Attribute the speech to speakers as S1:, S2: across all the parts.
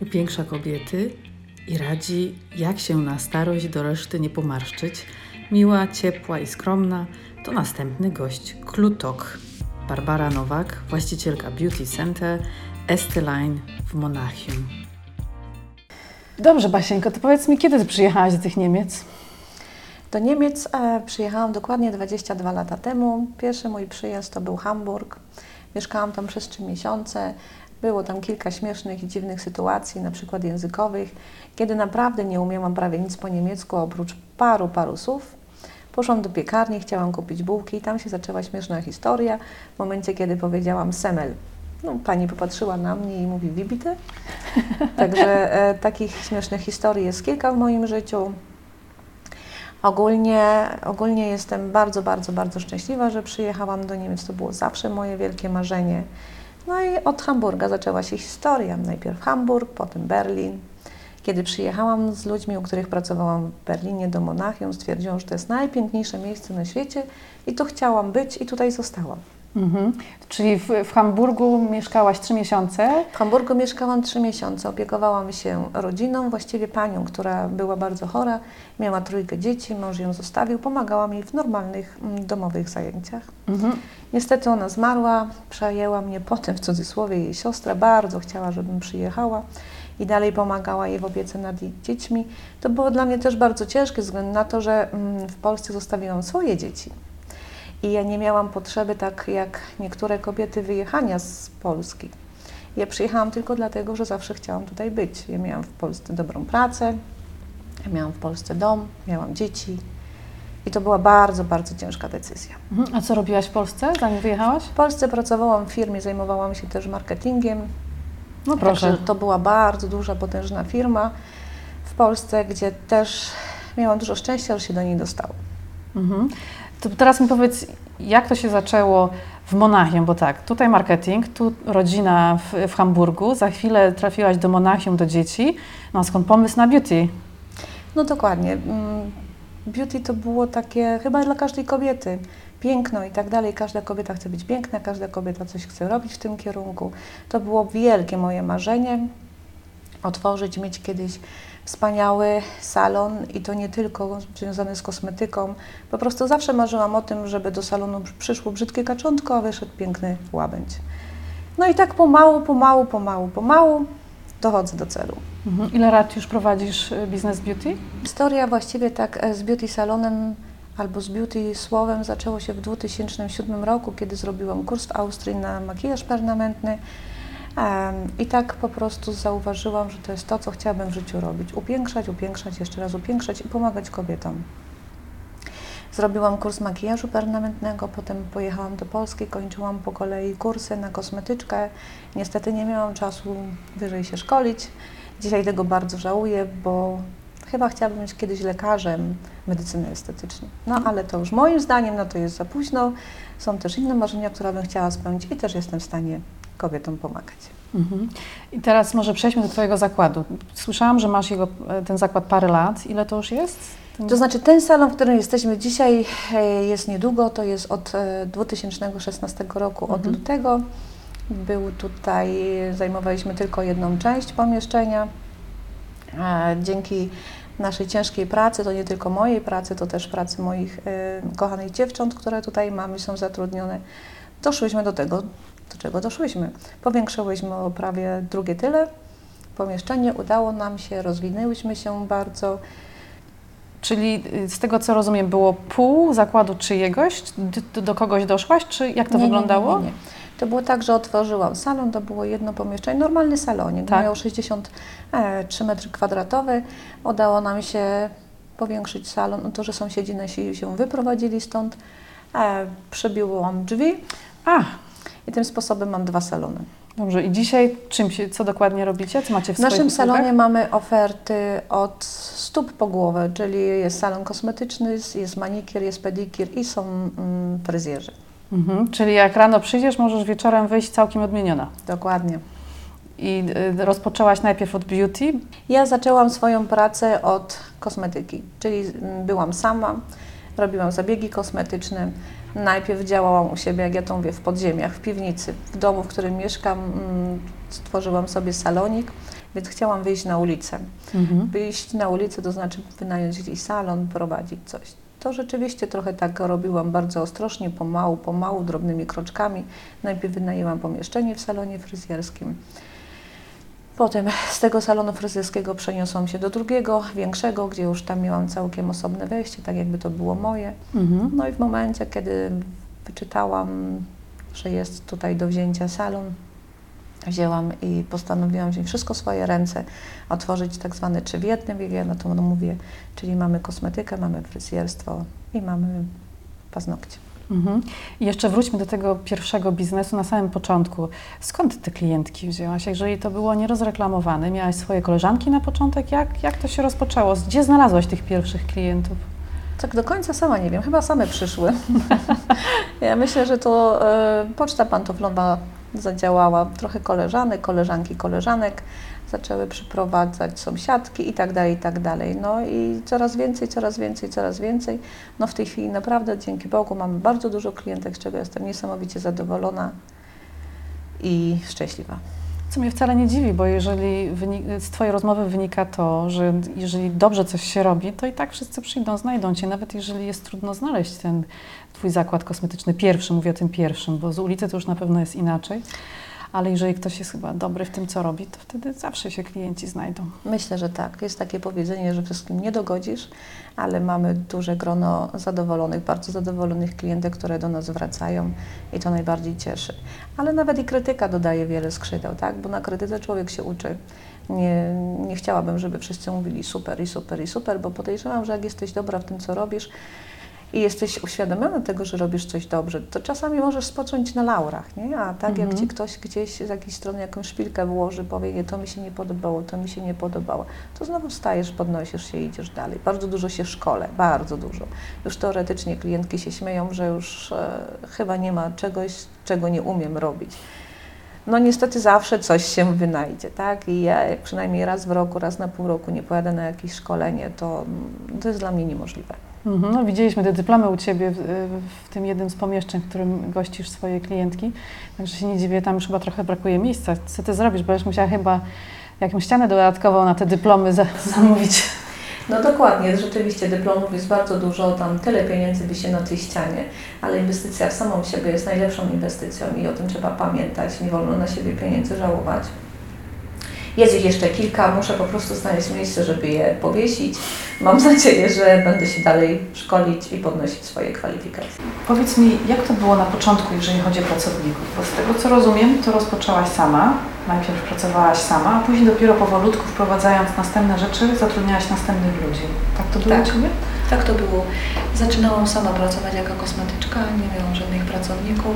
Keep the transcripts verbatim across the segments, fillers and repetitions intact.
S1: Upiększa kobiety i radzi, jak się na starość do reszty nie pomarszczyć. Miła, ciepła i skromna to następny gość Klutok. Barbara Nowak, właścicielka Beauty Center Estée Line w Monachium.
S2: Dobrze, Basieńko, to powiedz mi, kiedy ty przyjechałaś do tych Niemiec?
S3: Do Niemiec e, przyjechałam dokładnie dwadzieścia dwa lata temu. Pierwszy mój przyjazd to był Hamburg. Mieszkałam tam przez trzy miesiące. Było tam kilka śmiesznych i dziwnych sytuacji, na przykład językowych, kiedy naprawdę nie umiałam prawie nic po niemiecku, oprócz paru, paru słów. Poszłam do piekarni, chciałam kupić bułki i tam się zaczęła śmieszna historia. W momencie, kiedy powiedziałam semel, no, pani popatrzyła na mnie i mówi, wie bitte? Także e, takich śmiesznych historii jest kilka w moim życiu. Ogólnie, ogólnie jestem bardzo, bardzo, bardzo szczęśliwa, że przyjechałam do Niemiec. To było zawsze moje wielkie marzenie. No i od Hamburga zaczęła się historia. Najpierw Hamburg, potem Berlin. Kiedy przyjechałam z ludźmi, u których pracowałam w Berlinie do Monachium, stwierdziłam, że to jest najpiękniejsze miejsce na świecie i tu chciałam być i tutaj zostałam.
S2: Mhm. Czyli w, w Hamburgu mieszkałaś trzy miesiące?
S3: W Hamburgu mieszkałam trzy miesiące. Opiekowałam się rodziną, właściwie panią, która była bardzo chora, miała trójkę dzieci, mąż ją zostawił, pomagałam jej w normalnych mm, domowych zajęciach.
S2: Mhm.
S3: Niestety ona zmarła, przejęła mnie potem w cudzysłowie jej siostra, bardzo chciała, żebym przyjechała i dalej pomagała jej w opiece nad jej dziećmi. To było dla mnie też bardzo ciężkie, ze względu na to, że mm, w Polsce zostawiłam swoje dzieci. I ja nie miałam potrzeby, tak jak niektóre kobiety, wyjechania z Polski. Ja przyjechałam tylko dlatego, że zawsze chciałam tutaj być. Ja miałam w Polsce dobrą pracę, ja miałam w Polsce dom, miałam dzieci. I to była bardzo, bardzo ciężka decyzja.
S2: Mhm. A co robiłaś w Polsce, zanim wyjechałaś?
S3: W Polsce pracowałam w firmie, zajmowałam się też marketingiem.
S2: No proszę.
S3: Także to była bardzo duża, potężna firma w Polsce, gdzie też miałam dużo szczęścia, że się do niej dostało.
S2: Mhm. To teraz mi powiedz, jak to się zaczęło w Monachium, bo tak, tutaj marketing, tu rodzina w, w Hamburgu, za chwilę trafiłaś do Monachium, do dzieci. No a skąd pomysł na beauty?
S3: No dokładnie. Beauty to było takie chyba dla każdej kobiety. Piękno i tak dalej. Każda kobieta chce być piękna, każda kobieta coś chce robić w tym kierunku. To było wielkie moje marzenie. Otworzyć, mieć kiedyś wspaniały salon i to nie tylko związany z kosmetyką. Po prostu zawsze marzyłam o tym, żeby do salonu przyszło brzydkie kaczątko, a wyszedł piękny łabędź. No i tak pomału, pomału, pomału, pomału dochodzę do celu.
S2: Mhm. Ile lat już prowadzisz biznes beauty?
S3: Historia właściwie tak z beauty salonem albo z beauty słowem zaczęło się w dwa tysiące siódmym roku, kiedy zrobiłam kurs w Austrii na makijaż permanentny. Um, I tak po prostu zauważyłam, że to jest to, co chciałabym w życiu robić. Upiększać, upiększać, jeszcze raz upiększać i pomagać kobietom. Zrobiłam kurs makijażu permanentnego, potem pojechałam do Polski, kończyłam po kolei kursy na kosmetyczkę. Niestety nie miałam czasu wyżej się szkolić. Dzisiaj tego bardzo żałuję, bo chyba chciałabym być kiedyś lekarzem medycyny estetycznej. No ale to już moim zdaniem no to jest za późno. Są też inne marzenia, które bym chciała spełnić i też jestem w stanie kobietom pomagać.
S2: Mhm. I teraz może przejdźmy do Twojego zakładu. Słyszałam, że masz jego, ten zakład parę lat. Ile to już jest? Ten...
S3: To znaczy ten salon, w którym jesteśmy dzisiaj jest niedługo, to jest od dwa tysiące szesnastego roku, mhm. od lutego. Był tutaj, zajmowaliśmy tylko jedną część pomieszczenia. Dzięki naszej ciężkiej pracy, to nie tylko mojej pracy, to też pracy moich y, kochanych dziewcząt, które tutaj mamy, są zatrudnione, doszłyśmy do tego, do czego doszłyśmy. Powiększyłyśmy o prawie drugie tyle pomieszczenie, udało nam się, rozwinęłyśmy się bardzo.
S2: Czyli z tego, co rozumiem, było pół zakładu czyjegoś, do, do kogoś doszłaś, czy jak to
S3: nie,
S2: wyglądało?
S3: Nie, nie, nie. To było tak, że otworzyłam salon, to było jedno pomieszczenie, normalny salonik, tak. Miał sześćdziesiąt trzy metry kwadratowe. Udało nam się powiększyć salon, no to, że sąsiedzi nasi się wyprowadzili stąd, e, przebiłam drzwi.
S2: A.
S3: I tym sposobem mam dwa salony.
S2: Dobrze, i dzisiaj czym się, co dokładnie robicie? Co macie w,
S3: w naszym
S2: usługach?
S3: salonie mamy oferty od stóp po głowę, czyli jest salon kosmetyczny, jest manikier, jest pedikier i są mm, fryzjerzy.
S2: Mhm, czyli jak rano przyjdziesz, możesz wieczorem wyjść całkiem odmieniona.
S3: Dokładnie.
S2: I y, rozpoczęłaś najpierw od beauty?
S3: Ja zaczęłam swoją pracę od kosmetyki, czyli byłam sama, robiłam zabiegi kosmetyczne. Najpierw działałam u siebie, jak ja to mówię, w podziemiach, w piwnicy. W domu, w którym mieszkam, stworzyłam sobie salonik. więc chciałam wyjść na ulicę.
S2: Mhm.
S3: Wyjść na ulicę to znaczy wynająć gdzieś salon, prowadzić coś. To rzeczywiście trochę tak robiłam bardzo ostrożnie, pomału, pomału, drobnymi kroczkami. Najpierw wynajęłam pomieszczenie w salonie fryzjerskim. Potem z tego salonu fryzjerskiego przeniosłam się do drugiego, większego, gdzie już tam miałam całkiem osobne wejście, tak jakby to było moje.
S2: Mhm.
S3: No i w momencie, kiedy wyczytałam, że jest tutaj do wzięcia salon, wzięłam i postanowiłam wziąć wszystko w swoje ręce, otworzyć tak zwane trzy w jednym, jak ja na to mówię, czyli mamy kosmetykę, mamy fryzjerstwo i mamy paznokcie.
S2: Mhm. I jeszcze wróćmy do tego pierwszego biznesu na samym początku. Skąd te klientki wzięłaś? Jeżeli to było nierozreklamowane, miałaś swoje koleżanki na początek, jak, jak to się rozpoczęło? Gdzie znalazłaś tych pierwszych klientów?
S3: Tak do końca sama nie wiem, chyba same przyszły. Ja myślę, że to e, poczta pantoflowa zadziałała. Trochę koleżanek, koleżanki, koleżanek zaczęły przyprowadzać, sąsiadki i tak dalej, i tak dalej. No i coraz więcej, coraz więcej, coraz więcej. No w tej chwili naprawdę, dzięki Bogu, mamy bardzo dużo klientek, z czego jestem niesamowicie zadowolona i szczęśliwa.
S2: Co mnie wcale nie dziwi, bo jeżeli z Twojej rozmowy wynika to, że jeżeli dobrze coś się robi, to i tak wszyscy przyjdą, znajdą Cię, nawet jeżeli jest trudno znaleźć ten Twój zakład kosmetyczny pierwszy, mówię o tym pierwszym, bo z ulicy to już na pewno jest inaczej, ale jeżeli ktoś jest chyba dobry w tym, co robi, to wtedy zawsze się klienci znajdą.
S3: Myślę, że tak. Jest takie powiedzenie, że wszystkim nie dogodzisz, ale mamy duże grono zadowolonych, bardzo zadowolonych klientek, które do nas wracają i to najbardziej cieszy. Ale nawet i krytyka dodaje wiele skrzydeł, tak? Bo na krytyce człowiek się uczy. Nie, nie chciałabym, żeby wszyscy mówili super i super i super, bo podejrzewam, że jak jesteś dobra w tym, co robisz, i jesteś uświadomiona tego, że robisz coś dobrze, to czasami możesz spocząć na laurach, nie? A tak
S2: Mhm.
S3: jak Ci ktoś gdzieś z jakiejś strony jakąś szpilkę włoży, powie, nie, to mi się nie podobało, to mi się nie podobało, to znowu wstajesz, podnosisz się i idziesz dalej. Bardzo dużo się szkole, bardzo dużo. Już teoretycznie klientki się śmieją, że już e, chyba nie ma czegoś, czego nie umiem robić. No niestety zawsze coś się wynajdzie, tak? I ja jak przynajmniej raz w roku, raz na pół roku nie pojadę na jakieś szkolenie, to, to jest dla mnie niemożliwe.
S2: Mhm. No, widzieliśmy te dyplomy u Ciebie w, w tym jednym z pomieszczeń, w którym gościsz swoje klientki, także się nie dziwię, tam już chyba trochę brakuje miejsca. Co Ty zrobisz? Bo już musiała chyba jakąś ścianę dodatkową na te dyplomy za, zamówić.
S3: No dokładnie, rzeczywiście dyplomów jest bardzo dużo, tam tyle pieniędzy by się na tej ścianie, ale inwestycja w samą siebie jest najlepszą inwestycją i o tym trzeba pamiętać, nie wolno na siebie pieniędzy żałować. Jest ich jeszcze kilka, muszę po prostu znaleźć miejsce, żeby je powiesić. Mam nadzieję, że będę się dalej szkolić i podnosić swoje kwalifikacje.
S2: Powiedz mi, jak to było na początku, jeżeli chodzi o pracowników? Bo z tego, co rozumiem, to rozpoczęłaś sama, najpierw pracowałaś sama, a później dopiero powolutku, wprowadzając następne rzeczy, zatrudniałaś następnych ludzi. Tak to było
S3: Tak.
S2: u Ciebie?
S3: Tak to było. Zaczynałam sama pracować jako kosmetyczka, nie miałam żadnych pracowników.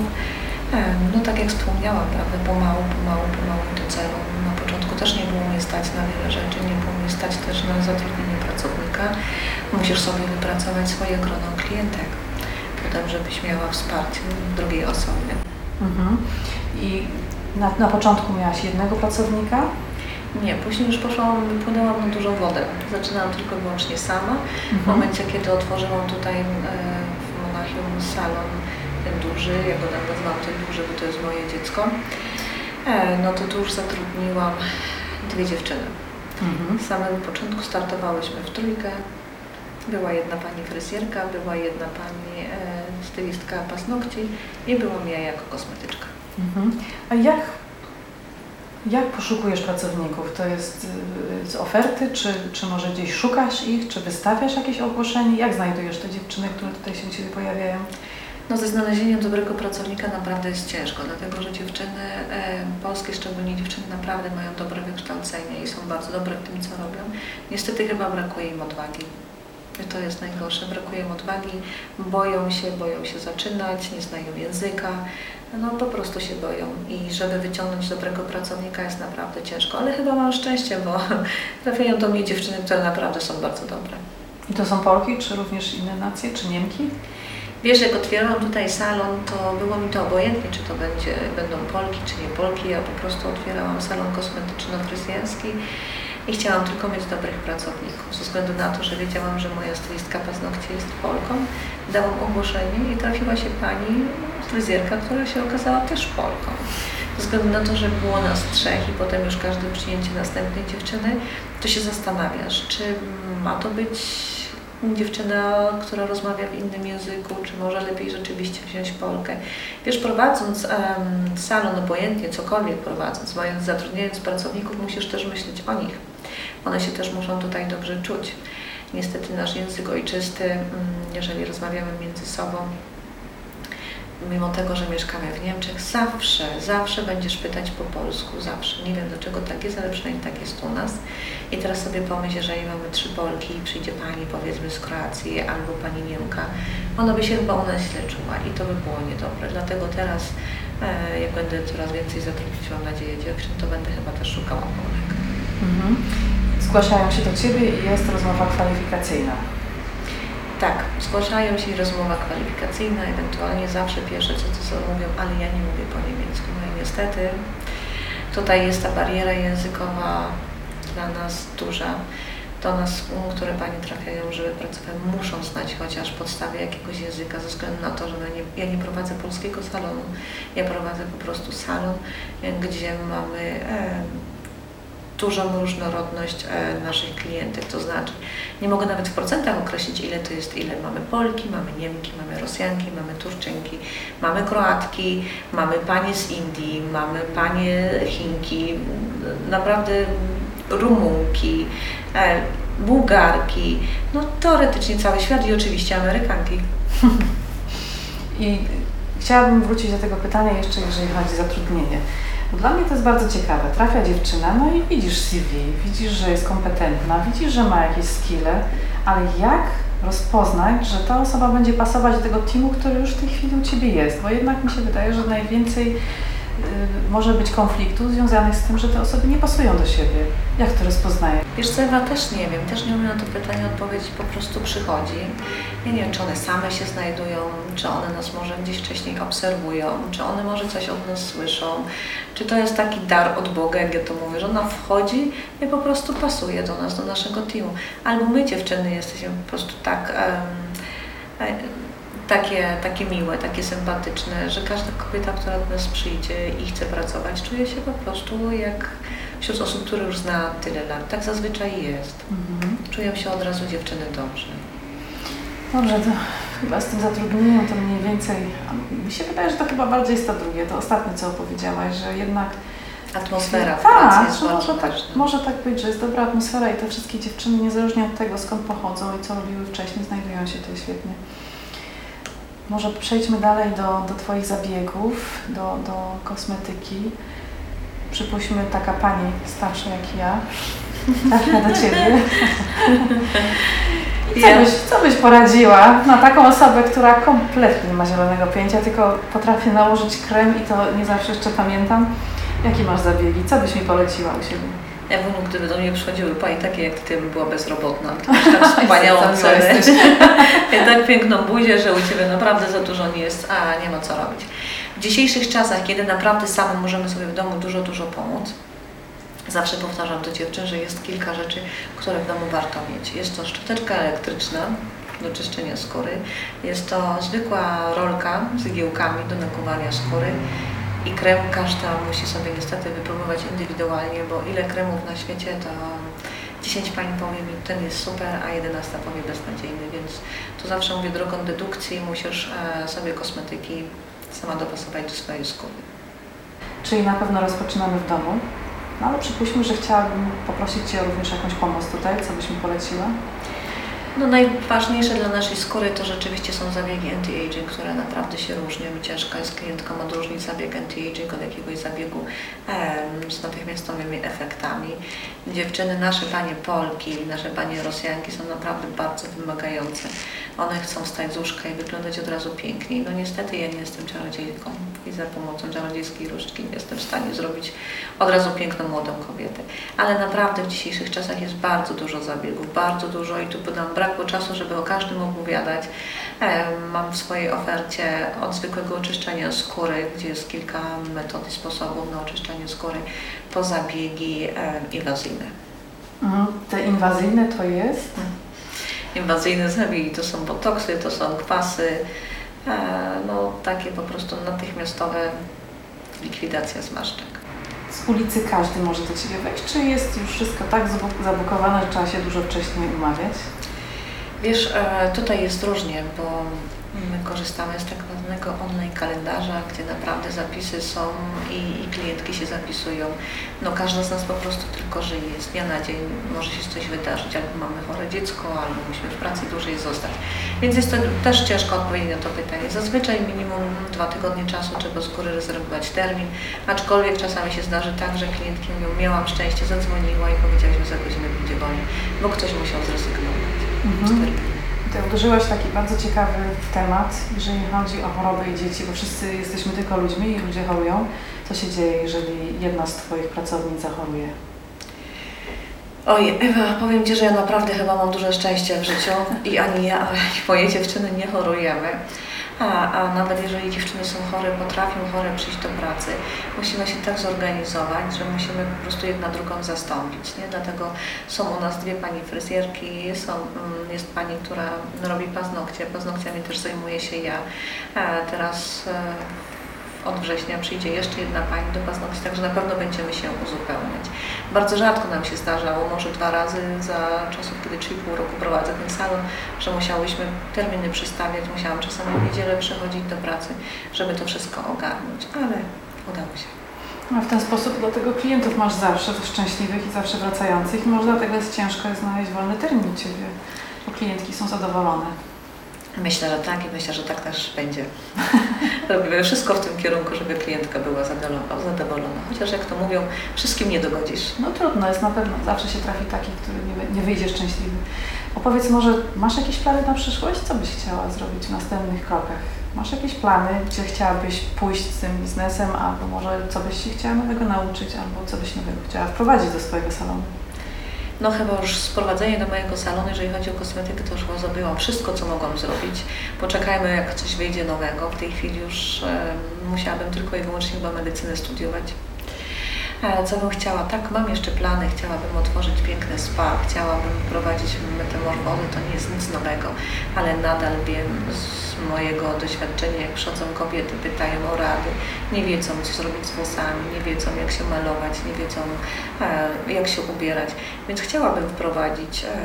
S3: No tak jak wspomniałam, prawda, pomału, pomału, pomału do celu. Na początku też nie było mnie stać na wiele rzeczy, nie było mnie stać też na zatrudnienie pracownika. Musisz sobie wypracować swoje grono klientek, potem żebyś miała wsparcie drugiej osoby.
S2: Mhm. I na, na początku miałaś jednego pracownika?
S3: Nie, później już poszłam, wypłynęłam na dużą wodę. Zaczynałam tylko i wyłącznie sama.
S2: Mhm.
S3: W momencie, kiedy otworzyłam tutaj e, w Monachium salon ten duży, ja go nazywam ten duży, bo to jest moje dziecko, e, no to tu już zatrudniłam dwie dziewczyny.
S2: Mhm.
S3: Z samego początku startowałyśmy w trójkę. Była jedna pani fryzjerka, była jedna pani e, stylistka paznokci i byłam ja jako kosmetyczka.
S2: Mhm. A jak, jak poszukujesz pracowników? To jest y, z oferty, czy, czy może gdzieś szukasz ich, czy wystawiasz jakieś ogłoszenie? Jak znajdujesz te dziewczyny, które tutaj się u Ciebie pojawiają?
S3: No ze znalezieniem dobrego pracownika naprawdę jest ciężko, dlatego że dziewczyny e, polskie, szczególnie dziewczyny naprawdę mają dobre wykształcenie i są bardzo dobre w tym, co robią. Niestety chyba brakuje im odwagi. I to jest najgorsze, brakuje im odwagi, boją się, boją się zaczynać, nie znają języka, no po prostu się boją i żeby wyciągnąć dobrego pracownika jest naprawdę ciężko, ale chyba mam szczęście, bo trafiają do mnie dziewczyny, które naprawdę są bardzo dobre.
S2: I to są Polki, czy również inne nacje, czy Niemki?
S3: Wiesz, jak otwierałam tutaj salon, to było mi to obojętnie, czy to będzie, będą Polki, czy nie Polki. Ja po prostu otwierałam salon kosmetyczno-fryzjerski i chciałam tylko mieć dobrych pracowników. Ze względu na to, że wiedziałam, że moja stylistka paznokci jest Polką, dałam ogłoszenie i trafiła się pani fryzjerka, która się okazała też Polką. ze względu na to, że było nas trzech i potem już każde przyjęcie następnej dziewczyny, to się zastanawiasz, czy ma to być dziewczyna, która rozmawia w innym języku, czy może lepiej rzeczywiście wziąć Polkę. Wiesz, prowadząc um, salon, obojętnie, cokolwiek prowadząc, mając, zatrudniając pracowników, musisz też myśleć o nich. One się też muszą tutaj dobrze czuć. Niestety nasz język ojczysty, jeżeli rozmawiamy między sobą, mimo tego, że mieszkamy w Niemczech, zawsze, zawsze będziesz pytać po polsku, zawsze. Nie wiem dlaczego tak jest, ale przynajmniej tak jest u nas. I teraz sobie pomyśl, jeżeli mamy trzy Polki i przyjdzie pani, powiedzmy z Kroacji albo pani Niemka, ona by się chyba u nas źle czuła i to by było niedobre. Dlatego teraz, e, jak będę coraz więcej zatrudnić, mam nadzieję, dziewczyn, to będę chyba też szukała Polek.
S2: Mhm. Zgłaszają się do Ciebie i jest rozmowa kwalifikacyjna.
S3: Tak, zgłaszają się i rozmowa kwalifikacyjna, ewentualnie zawsze pierwsze co to co mówią, ale ja nie mówię po niemiecku. No i niestety tutaj jest ta bariera językowa dla nas duża. Do nas, które Panie trafiają, żeby pracować, muszą znać chociaż podstawy jakiegoś języka, ze względu na to, że ja nie, ja nie prowadzę polskiego salonu. Ja prowadzę po prostu salon, gdzie mamy e, dużą różnorodność e, naszych klientek, to znaczy nie mogę nawet w procentach określić, ile to jest, ile mamy Polki, mamy Niemki, mamy Rosjanki, mamy Turczynki, mamy Kroatki, mamy panie z Indii, mamy panie Chinki, naprawdę Rumunki, e, Bułgarki, no teoretycznie cały świat i oczywiście Amerykanki.
S2: I chciałabym wrócić do tego pytania jeszcze, jeżeli chodzi o zatrudnienie. Dla mnie to jest bardzo ciekawe. Trafia dziewczyna, no i widzisz C V, widzisz, że jest kompetentna, widzisz, że ma jakieś skille, ale jak rozpoznać, że ta osoba będzie pasować do tego teamu, który już w tej chwili u Ciebie jest? Bo jednak mi się wydaje, że najwięcej y, może być konfliktów związanych z tym, że te osoby nie pasują do siebie. Jak to rozpoznaje?
S3: Wiesz co, Ewa, też nie wiem, też nie umiem na to pytanie odpowiedzieć, po prostu przychodzi. Ja nie wiem, czy one same się znajdują, czy one nas może gdzieś wcześniej obserwują, czy one może coś od nas słyszą, czy to jest taki dar od Boga, jak ja to mówię, że ona wchodzi i po prostu pasuje do nas, do naszego teamu. Albo my dziewczyny jesteśmy po prostu tak um, takie, takie miłe, takie sympatyczne, że każda kobieta, która do nas przyjdzie i chce pracować, czuje się po prostu jak wśród osób, które już zna tyle lat. Tak zazwyczaj jest. Mhm. Czują się od razu dziewczyny dobrze.
S2: Dobrze, to chyba z tym zatrudnieniem to mniej więcej, mi się wydaje, że to chyba bardziej jest to drugie, to ostatnie, co opowiedziałaś, że jednak
S3: atmosfera w
S2: tak,
S3: pracy jest bardzo
S2: może tak,
S3: ważna.
S2: może tak być, że jest dobra atmosfera i te wszystkie dziewczyny, niezależnie od tego, skąd pochodzą i co robiły wcześniej, znajdują się tutaj świetnie. Może przejdźmy dalej do, do Twoich zabiegów, do, do kosmetyki. Przypuśćmy, taka pani starsza jak ja, trafia do Ciebie. I co, byś, co byś poradziła na taką osobę, która kompletnie nie ma zielonego pojęcia, tylko potrafi nałożyć krem i to nie zawsze jeszcze pamiętam. Jakie masz zabiegi? Co byś mi poleciła u siebie?
S3: Ewuniu, gdyby do mnie przychodziły pani takie jak Ty, bym była bezrobotna. Ty masz tak wspaniałą cenę. I tak piękną buzię, że u Ciebie naprawdę za dużo nie jest, a nie ma co robić. W dzisiejszych czasach, kiedy naprawdę sami możemy sobie w domu dużo, dużo pomóc, zawsze powtarzam do dziewczyn, że jest kilka rzeczy, które w domu warto mieć. Jest to szczoteczka elektryczna do czyszczenia skóry, jest to zwykła rolka z igiełkami do nakuwania skóry i krem każda musi sobie niestety wypróbować indywidualnie, bo ile kremów na świecie, to dziesięć pań powie mi, ten jest super, a jedenasta powie beznadziejny, więc to zawsze mówię, drogą dedukcji musisz e, sobie kosmetyki sama dopasować do swojej skóry.
S2: Czyli na pewno rozpoczynamy w domu, no ale przypuśćmy, że chciałabym poprosić Cię również o jakąś pomoc tutaj, co byś mi poleciła?
S3: No najważniejsze dla naszej skóry to rzeczywiście są zabiegi anti-aging, które naprawdę się różnią i ciężko jest klientkom odróżnić zabieg anti-aging od jakiegoś zabiegu em, z natychmiastowymi efektami. Dziewczyny, nasze panie Polki, nasze panie Rosjanki są naprawdę bardzo wymagające. One chcą wstać z łóżka i wyglądać od razu piękniej. No niestety ja nie jestem czarodziejką i za pomocą czarodziejskiej różdżki nie jestem w stanie zrobić od razu piękną, młodą kobietę. Ale naprawdę w dzisiejszych czasach jest bardzo dużo zabiegów, bardzo dużo i tu nam brakło czasu, żeby o każdym opowiadać. Mam w swojej ofercie od zwykłego oczyszczania skóry, gdzie jest kilka metod i sposobów na oczyszczanie skóry, po zabiegi inwazyjne.
S2: Mhm. Te inwazyjne to jest?
S3: Inwazyjne zabiegi to są botoksy, to są kwasy, no takie po prostu natychmiastowe likwidacja zmarszczek.
S2: Z ulicy każdy może do Ciebie wejść, czy jest już wszystko tak zabukowane, że trzeba się dużo wcześniej umawiać?
S3: Wiesz, tutaj jest różnie, bo my korzystamy z tak zwanego online kalendarza, gdzie naprawdę zapisy są i, i klientki się zapisują. No każda z nas po prostu tylko żyje. Z dnia na dzień może się coś wydarzyć, albo mamy chore dziecko, albo musimy w pracy dłużej zostać. Więc jest to też ciężko odpowiedzieć na to pytanie. Zazwyczaj minimum dwa tygodnie czasu trzeba z góry rezerwować termin, aczkolwiek czasami się zdarzy tak, że klientki mówią, miałam szczęście, zadzwoniła i powiedziałyśmy, za godzinę będzie wolny, bo ktoś musiał zrezygnować. Mhm.
S2: Ty uderzyłaś w taki bardzo ciekawy temat, jeżeli chodzi o chorobę i dzieci, bo wszyscy jesteśmy tylko ludźmi i ludzie chorują. Co się dzieje, jeżeli jedna z Twoich pracownic zachoruje?
S3: Oj, Ewa, powiem Ci, że ja naprawdę chyba mam duże szczęście w życiu i ani ja, ani moje dziewczyny nie chorujemy. A, a nawet jeżeli dziewczyny są chore, potrafią chore przyjść do pracy, musimy się tak zorganizować, że musimy po prostu jedna drugą zastąpić. Nie? Dlatego są u nas dwie pani fryzjerki, są, jest pani, która robi paznokcie, paznokciami też zajmuję się ja. A teraz od września przyjdzie jeszcze jedna pani do paznokci, także na pewno będziemy się uzupełniać. Bardzo rzadko nam się zdarzało, może dwa razy za czasów, kiedy trzy i pół roku prowadzę ten salon, że musiałyśmy terminy przystawiać, musiałam czasami w niedzielę przychodzić do pracy, żeby to wszystko ogarnąć, ale udało się.
S2: No w ten sposób dlatego klientów masz zawsze szczęśliwych i zawsze wracających i może dlatego jest ciężko znaleźć wolny termin u Ciebie, bo klientki są zadowolone.
S3: Myślę, że tak i myślę, że tak też będzie. Robimy wszystko w tym kierunku, żeby klientka była zadowolona. Chociaż jak to mówią, wszystkim nie dogodzisz.
S2: No trudno jest na pewno. Zawsze się trafi taki, który nie, nie wyjdzie szczęśliwy. Opowiedz może, masz jakieś plany na przyszłość? Co byś chciała zrobić w następnych krokach? Masz jakieś plany, gdzie chciałabyś pójść z tym biznesem, albo może co byś się chciała nowego nauczyć, albo co byś nowego chciała wprowadzić do swojego salonu?
S3: No chyba już sprowadzenie do mojego salonu, jeżeli chodzi o kosmetykę, to już chyba zrobiłam wszystko, co mogłam zrobić. Poczekajmy, jak coś wyjdzie nowego. W tej chwili już e, musiałabym tylko i wyłącznie chyba medycynę studiować. E, co bym chciała? Tak, mam jeszcze plany. Chciałabym otworzyć piękne spa, chciałabym wprowadzić metamorfozę. To nie jest nic nowego, ale nadal wiem z mojego doświadczenia, jak przychodzą kobiety, pytają o rady, nie wiedzą, co zrobić z włosami, nie wiedzą, jak się malować, nie wiedzą, e, jak się ubierać. Więc chciałabym wprowadzić e,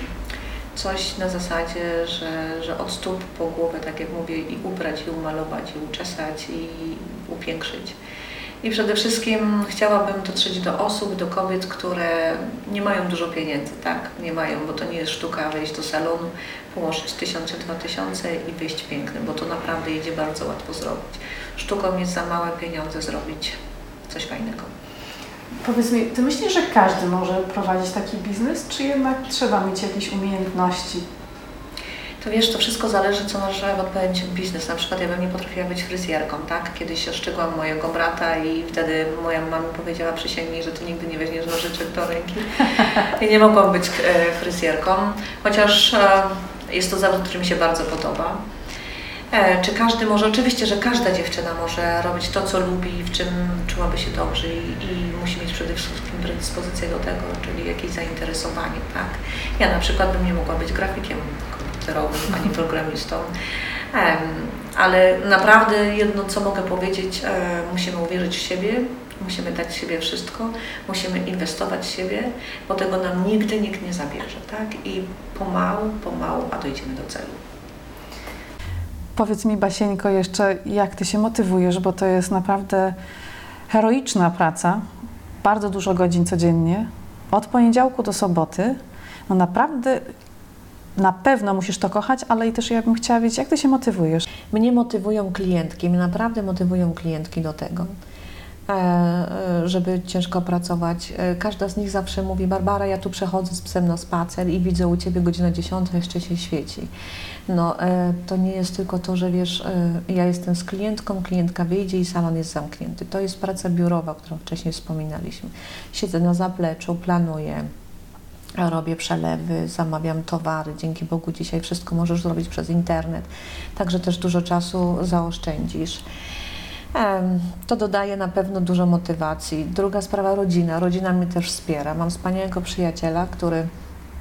S3: coś na zasadzie, że, że od stóp po głowę, tak jak mówię, i ubrać, i umalować, i uczesać, i upiększyć. I przede wszystkim chciałabym dotrzeć do osób, do kobiet, które nie mają dużo pieniędzy, tak? Nie mają, bo to nie jest sztuka wejść do salonu, położyć tysiąc czy dwa tysiące i wyjść pięknym, bo to naprawdę idzie bardzo łatwo zrobić. Sztuką jest za małe pieniądze zrobić coś fajnego.
S2: Powiedz mi, Ty myślisz, że każdy może prowadzić taki biznes, czy jednak trzeba mieć jakieś umiejętności?
S3: To wiesz, to wszystko zależy, co masz w odpowiednim biznes. Na przykład ja bym nie potrafiła być fryzjerką, tak? Kiedyś oszczygłam mojego brata i wtedy moja mama powiedziała, przysięgnij, że ty nigdy nie weźmiesz nożyczek do ręki. I nie mogłam być e, fryzjerką, chociaż e, jest to zawód, który mi się bardzo podoba. E, czy każdy może? Oczywiście, że każda dziewczyna może robić to, co lubi, w czym czułaby się dobrze i, i musi mieć przede wszystkim predyspozycję do tego, czyli jakieś zainteresowanie, tak? Ja na przykład bym nie mogła być grafikiem komputerowym ani programistą, e, ale naprawdę jedno, co mogę powiedzieć, e, musimy uwierzyć w siebie, musimy dać z siebie wszystko, musimy inwestować w siebie, bo tego nam nigdy nikt nie zabierze, tak? I pomału, pomału, a dojdziemy do celu.
S2: Powiedz mi, Basieńko, jeszcze jak Ty się motywujesz, bo to jest naprawdę heroiczna praca, bardzo dużo godzin codziennie, od poniedziałku do soboty. No naprawdę, na pewno musisz to kochać, ale i też ja bym chciała wiedzieć, jak Ty się motywujesz.
S3: Mnie motywują klientki, mnie naprawdę motywują klientki do tego, żeby ciężko pracować. Każda z nich zawsze mówi, Barbara, ja tu przechodzę z psem na spacer i widzę u Ciebie godzina dziesiąta, jeszcze się świeci. No, to nie jest tylko to, że wiesz, ja jestem z klientką, klientka wyjdzie i salon jest zamknięty. To jest praca biurowa, o którą wcześniej wspominaliśmy. Siedzę na zapleczu, planuję, robię przelewy, zamawiam towary. Dzięki Bogu dzisiaj wszystko możesz zrobić przez internet, także też dużo czasu zaoszczędzisz. To dodaje na pewno dużo motywacji. Druga sprawa, rodzina. Rodzina mnie też wspiera. Mam wspaniałego przyjaciela, który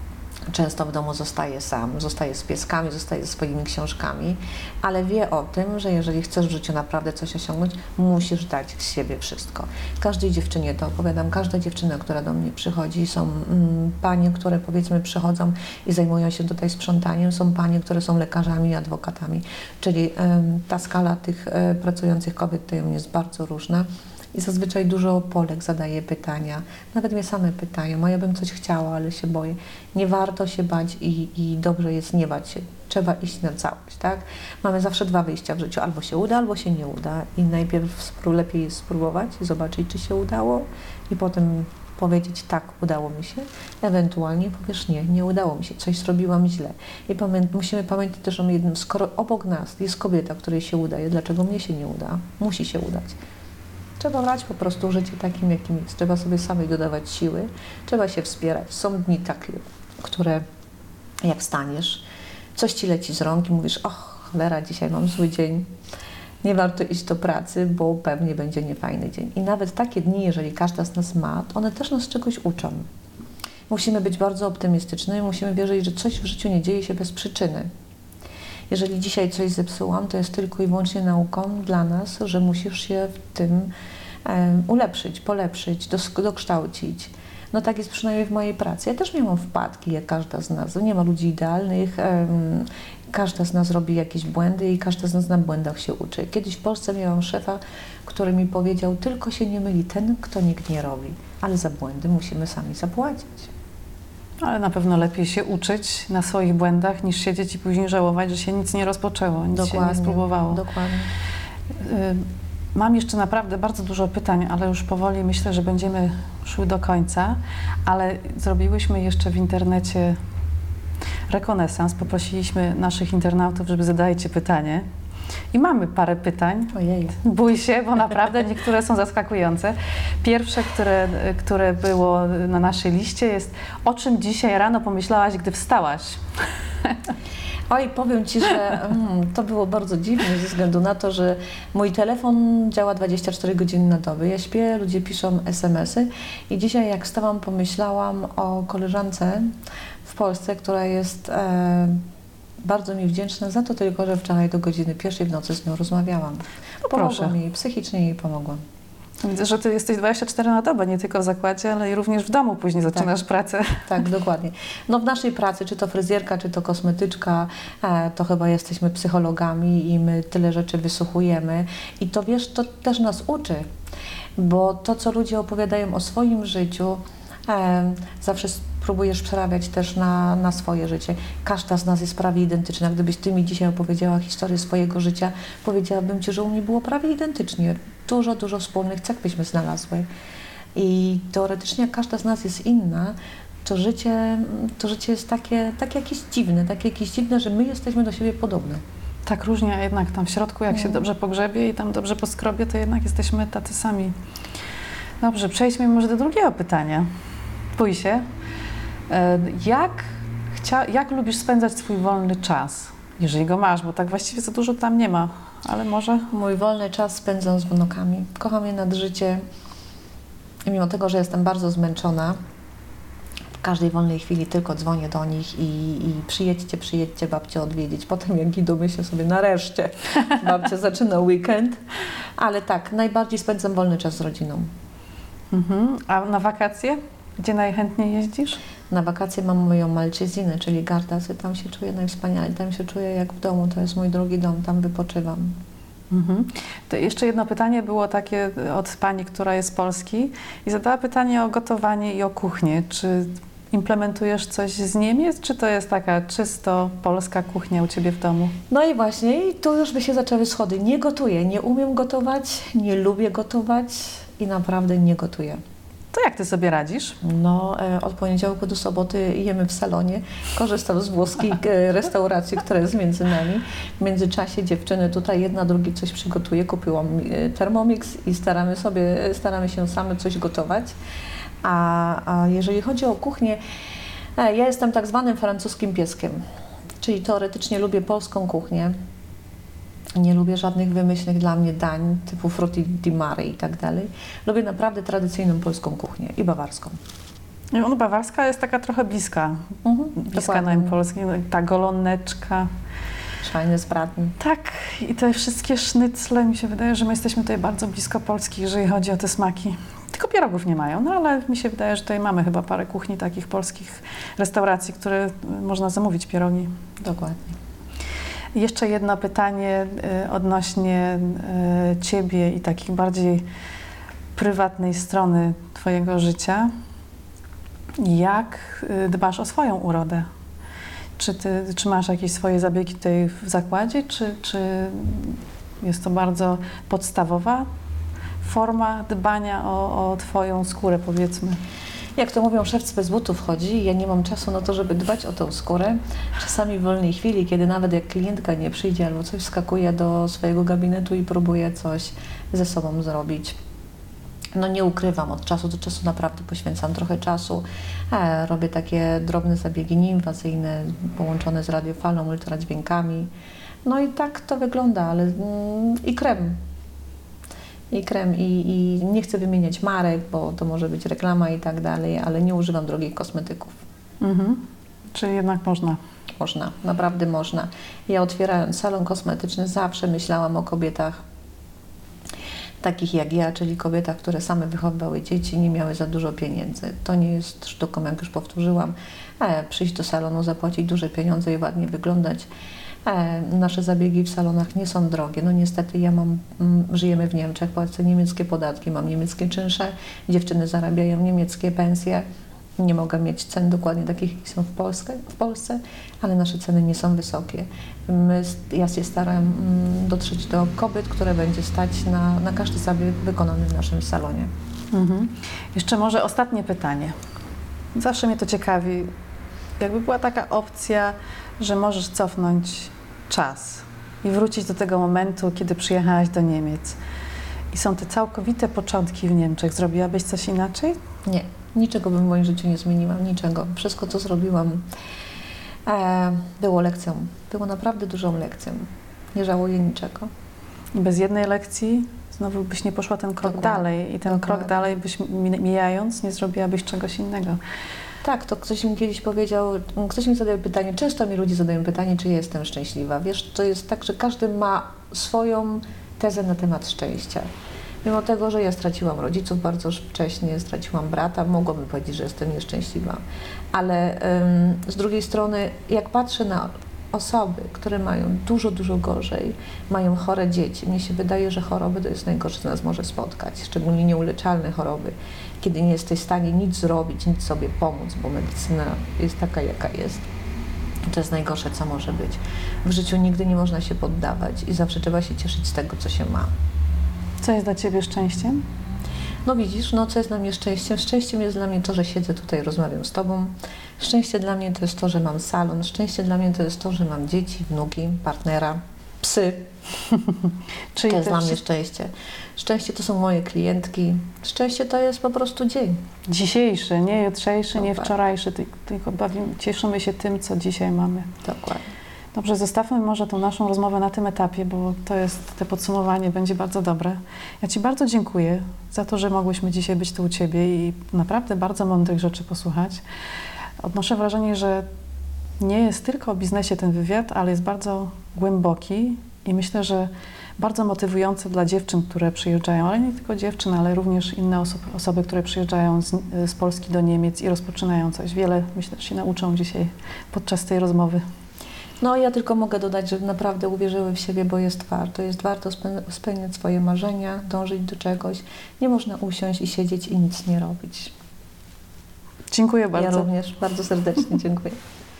S3: Często w domu zostaje sam, zostaje z pieskami, zostaje ze swoimi książkami, ale wie o tym, że jeżeli chcesz w życiu naprawdę coś osiągnąć, musisz dać z siebie wszystko. Każdej dziewczynie to opowiadam, każda dziewczyna, która do mnie przychodzi, są mm, panie, które powiedzmy przychodzą i zajmują się tutaj sprzątaniem, są panie, które są lekarzami i adwokatami, czyli ym, ta skala tych y, pracujących kobiet to jest bardzo różna. I zazwyczaj dużo Polek zadaje pytania, nawet mnie same pytają, a ja bym coś chciała, ale się boję. Nie warto się bać i, i dobrze jest nie bać się. Trzeba iść na całość, tak? Mamy zawsze dwa wyjścia w życiu, albo się uda, albo się nie uda. I najpierw lepiej jest spróbować i zobaczyć, czy się udało i potem powiedzieć tak, udało mi się, ewentualnie powiesz nie, nie udało mi się, coś zrobiłam źle. I pamię musimy pamiętać też o jednym, skoro obok nas jest kobieta, której się udaje, dlaczego mnie się nie uda? Musi się udać. Trzeba brać po prostu życie takim, jakim jest. Trzeba sobie samej dodawać siły, trzeba się wspierać. Są dni takie, które jak wstaniesz, coś ci leci z rąk i mówisz, och, cholera, dzisiaj mam zły dzień, nie warto iść do pracy, bo pewnie będzie niefajny dzień. I nawet takie dni, jeżeli każda z nas ma, to one też nas czegoś uczą. Musimy być bardzo optymistyczni, musimy wierzyć, że coś w życiu nie dzieje się bez przyczyny. Jeżeli dzisiaj coś zepsułam, to jest tylko i wyłącznie nauką dla nas, że musisz się w tym um, ulepszyć, polepszyć, dokształcić. No tak jest przynajmniej w mojej pracy. Ja też miałam wpadki, jak każda z nas. Nie ma ludzi idealnych, um, każda z nas robi jakieś błędy i każda z nas na błędach się uczy. Kiedyś w Polsce miałam szefa, który mi powiedział, tylko się nie myli ten, kto nikt nie robi, ale za błędy musimy sami zapłacić.
S2: Ale na pewno lepiej się uczyć na swoich błędach, niż siedzieć i później żałować, że się nic nie rozpoczęło, nic
S3: dokładnie,
S2: się nie spróbowało.
S3: Dokładnie.
S2: Mam jeszcze naprawdę bardzo dużo pytań, ale już powoli myślę, że będziemy szły do końca, ale zrobiłyśmy jeszcze w internecie rekonesans, poprosiliśmy naszych internautów, żeby zadajcie pytanie. I mamy parę pytań.
S3: Ojej.
S2: Bój się, bo naprawdę niektóre są zaskakujące. Pierwsze, które, które było na naszej liście jest, o czym dzisiaj rano pomyślałaś, gdy wstałaś?
S3: Oj, powiem Ci, że mm, to było bardzo dziwne ze względu na to, że mój telefon działa dwadzieścia cztery godziny na dobę. Ja śpię, ludzie piszą es em esy i dzisiaj jak wstałam, pomyślałam o koleżance w Polsce, która jest e, bardzo mi wdzięczna za to tylko, że wczoraj do godziny pierwszej w nocy z nią rozmawiałam. Pomogłam jej, psychicznie jej pomogłam.
S2: Widzę, że Ty jesteś dwadzieścia cztery na dobę, nie tylko w zakładzie, ale i również w domu później zaczynasz
S3: tak,
S2: pracę.
S3: Tak, dokładnie. No w naszej pracy, czy to fryzjerka, czy to kosmetyczka, e, to chyba jesteśmy psychologami i my tyle rzeczy wysłuchujemy. I to wiesz, to też nas uczy, bo to, co ludzie opowiadają o swoim życiu, e, zawsze próbujesz przerabiać też na, na swoje życie. Każda z nas jest prawie identyczna. Gdybyś Ty mi dzisiaj opowiedziała historię swojego życia, powiedziałabym Ci, że u mnie było prawie identycznie. Dużo, dużo wspólnych cech byśmy znalazły. I teoretycznie każda z nas jest inna, to życie, to życie jest takie, takie jakieś dziwne, takie jakieś dziwne, że my jesteśmy do siebie podobne.
S2: Tak różnie, a jednak tam w środku, jak się dobrze pogrzebie i tam dobrze poskrobie, to jednak jesteśmy tacy sami. Dobrze, przejdźmy może do drugiego pytania. Bój się. Jak, chcia, jak lubisz spędzać swój wolny czas, jeżeli go masz, bo tak właściwie za dużo tam nie ma, ale może...
S3: Mój wolny czas spędzam z wnukami. Kocham je nad życie i mimo tego, że jestem bardzo zmęczona, w każdej wolnej chwili tylko dzwonię do nich i, i przyjedźcie, przyjedźcie babcię odwiedzić. Potem jak idą, myślę sobie nareszcie, babcia zaczyna weekend, ale tak, najbardziej spędzam wolny czas z rodziną.
S2: Mhm. A na wakacje? Gdzie najchętniej jeździsz?
S3: Na wakacje mam moją Malczyzinę, czyli Gardasy. Tam się czuję najwspanialej. Tam się czuję jak w domu. To jest mój drugi dom. Tam wypoczywam.
S2: Mhm. To jeszcze jedno pytanie było takie od pani, która jest z Polski i zadała pytanie o gotowanie i o kuchnię. Czy implementujesz coś z Niemiec, czy to jest taka czysto polska kuchnia u Ciebie w domu?
S3: No i właśnie, i tu już by się zaczęły schody. Nie gotuję. Nie umiem gotować, nie lubię gotować i naprawdę nie gotuję.
S2: To jak Ty sobie radzisz?
S3: No, e, od poniedziałku do soboty jemy w salonie. Korzystam z włoskiej e, restauracji, która jest między nami. W międzyczasie dziewczyny tutaj jedna drugi coś przygotuje. Kupiłam e, Thermomix i staramy sobie, staramy się same coś gotować. A, a jeżeli chodzi o kuchnię, e, ja jestem tak zwanym francuskim pieskiem. Czyli teoretycznie lubię polską kuchnię. Nie lubię żadnych wymyślnych dla mnie dań typu frutti di mare i tak dalej. Lubię naprawdę tradycyjną polską kuchnię i bawarską.
S2: No, bawarska jest taka trochę bliska,
S3: Mhm,
S2: bliska
S3: dokładnie.
S2: nam polskiej, no, ta goloneczka.
S3: Schweinesbraten.
S2: Tak, i te wszystkie sznycle, mi się wydaje, że my jesteśmy tutaj bardzo blisko Polski, jeżeli chodzi o te smaki. Tylko pierogów nie mają, no ale mi się wydaje, że tutaj mamy chyba parę kuchni takich polskich restauracji, które y, można zamówić pierogi.
S3: Dokładnie.
S2: I jeszcze jedno pytanie y, odnośnie y, Ciebie i takich bardziej prywatnej strony Twojego życia. Jak y, dbasz o swoją urodę? Czy, ty, czy masz jakieś swoje zabiegi tutaj w zakładzie, czy, czy jest to bardzo podstawowa forma dbania o, o Twoją skórę, powiedzmy?
S3: Jak to mówią, szewc bez butów chodzi. Ja nie mam czasu na to, żeby dbać o tą skórę. Czasami w wolnej chwili, kiedy nawet jak klientka nie przyjdzie albo coś, wskakuję do swojego gabinetu i próbuję coś ze sobą zrobić. No nie ukrywam, od czasu do czasu naprawdę poświęcam trochę czasu. E, robię takie drobne zabiegi nieinwazyjne, połączone z radiofalą, ultradźwiękami. No i tak to wygląda, ale mm, i krem. I krem, i, i nie chcę wymieniać marek, bo to może być reklama i tak dalej, ale nie używam drogich kosmetyków.
S2: Mhm. Czyli jednak można.
S3: Można, naprawdę można. Ja otwierając salon kosmetyczny zawsze myślałam o kobietach takich jak ja, czyli kobietach, które same wychowywały dzieci, nie miały za dużo pieniędzy. To nie jest sztuką, jak już powtórzyłam, e, przyjść do salonu, zapłacić duże pieniądze i ładnie wyglądać. E, nasze zabiegi w salonach nie są drogie. No niestety ja mam, mm, żyjemy w Niemczech, płacę niemieckie podatki, mam niemieckie czynsze, dziewczyny zarabiają niemieckie pensje. Nie mogę mieć cen dokładnie takich, jakie są w Polsce, w Polsce, ale nasze ceny nie są wysokie. My, ja się staram mm, dotrzeć do kobiet, które będzie stać na, na każdy zabieg wykonany w naszym salonie.
S2: Mhm. Jeszcze może ostatnie pytanie. Zawsze mnie to ciekawi. Jakby była taka opcja, że możesz cofnąć czas i wrócić do tego momentu, kiedy przyjechałaś do Niemiec i są te całkowite początki w Niemczech, zrobiłabyś coś inaczej?
S3: Nie, niczego bym w moim życiu nie zmieniła, niczego. Wszystko, co zrobiłam, e, było lekcją. Było naprawdę dużą lekcją. Nie żałuję niczego.
S2: Bez jednej lekcji znowu byś nie poszła ten krok
S3: Dokładnie.
S2: dalej i ten
S3: Dokładnie.
S2: krok dalej byś mi- mijając nie zrobiłabyś czegoś innego.
S3: Tak, to ktoś mi kiedyś powiedział, ktoś mi zadaje pytanie, często mi ludzie zadają pytanie, czy jestem szczęśliwa. Wiesz, to jest tak, że każdy ma swoją tezę na temat szczęścia. Mimo tego, że ja straciłam rodziców bardzo wcześnie, straciłam brata, mogłabym powiedzieć, że jestem nieszczęśliwa. Ale ym, z drugiej strony, jak patrzę na osoby, które mają dużo, dużo gorzej, mają chore dzieci, mnie się wydaje, że choroby to jest najgorsze, co nas może spotkać, szczególnie nieuleczalne choroby, kiedy nie jesteś w stanie nic zrobić, nic sobie pomóc, bo medycyna jest taka, jaka jest. To jest najgorsze, co może być. W życiu nigdy nie można się poddawać i zawsze trzeba się cieszyć z tego, co się ma.
S2: Co jest dla Ciebie szczęściem?
S3: No widzisz, no co jest dla mnie szczęściem? Szczęściem jest dla mnie to, że siedzę tutaj, rozmawiam z Tobą. Szczęście dla mnie to jest to, że mam salon. Szczęście dla mnie to jest to, że mam dzieci, wnuki, partnera, psy.
S2: Czyli
S3: To jest
S2: te
S3: dla mnie
S2: wszy-
S3: szczęście. Szczęście to są moje klientki. Szczęście to jest po prostu dzień.
S2: Dzisiejszy, nie jutrzejszy, nie
S3: Dokładnie.
S2: wczorajszy, ty- tylko bawimy, cieszymy się tym, co dzisiaj mamy.
S3: Dokładnie.
S2: Dobrze, zostawmy może tą naszą rozmowę na tym etapie, bo to jest, te podsumowanie będzie bardzo dobre. Ja Ci bardzo dziękuję za to, że mogłyśmy dzisiaj być tu u Ciebie i naprawdę bardzo mądrych rzeczy posłuchać. Odnoszę wrażenie, że nie jest tylko o biznesie ten wywiad, ale jest bardzo głęboki i myślę, że bardzo motywujący dla dziewczyn, które przyjeżdżają, ale nie tylko dziewczyn, ale również inne osoby, osoby które przyjeżdżają z, z Polski do Niemiec i rozpoczynają coś. Wiele, myślę, że się nauczą dzisiaj podczas tej rozmowy.
S3: No ja tylko mogę dodać, że naprawdę uwierzyły w siebie, bo jest warto. Jest warto spe- spełniać swoje marzenia, dążyć do czegoś. Nie można usiąść i siedzieć i nic nie robić.
S2: Dziękuję bardzo.
S3: Ja również bardzo serdecznie dziękuję.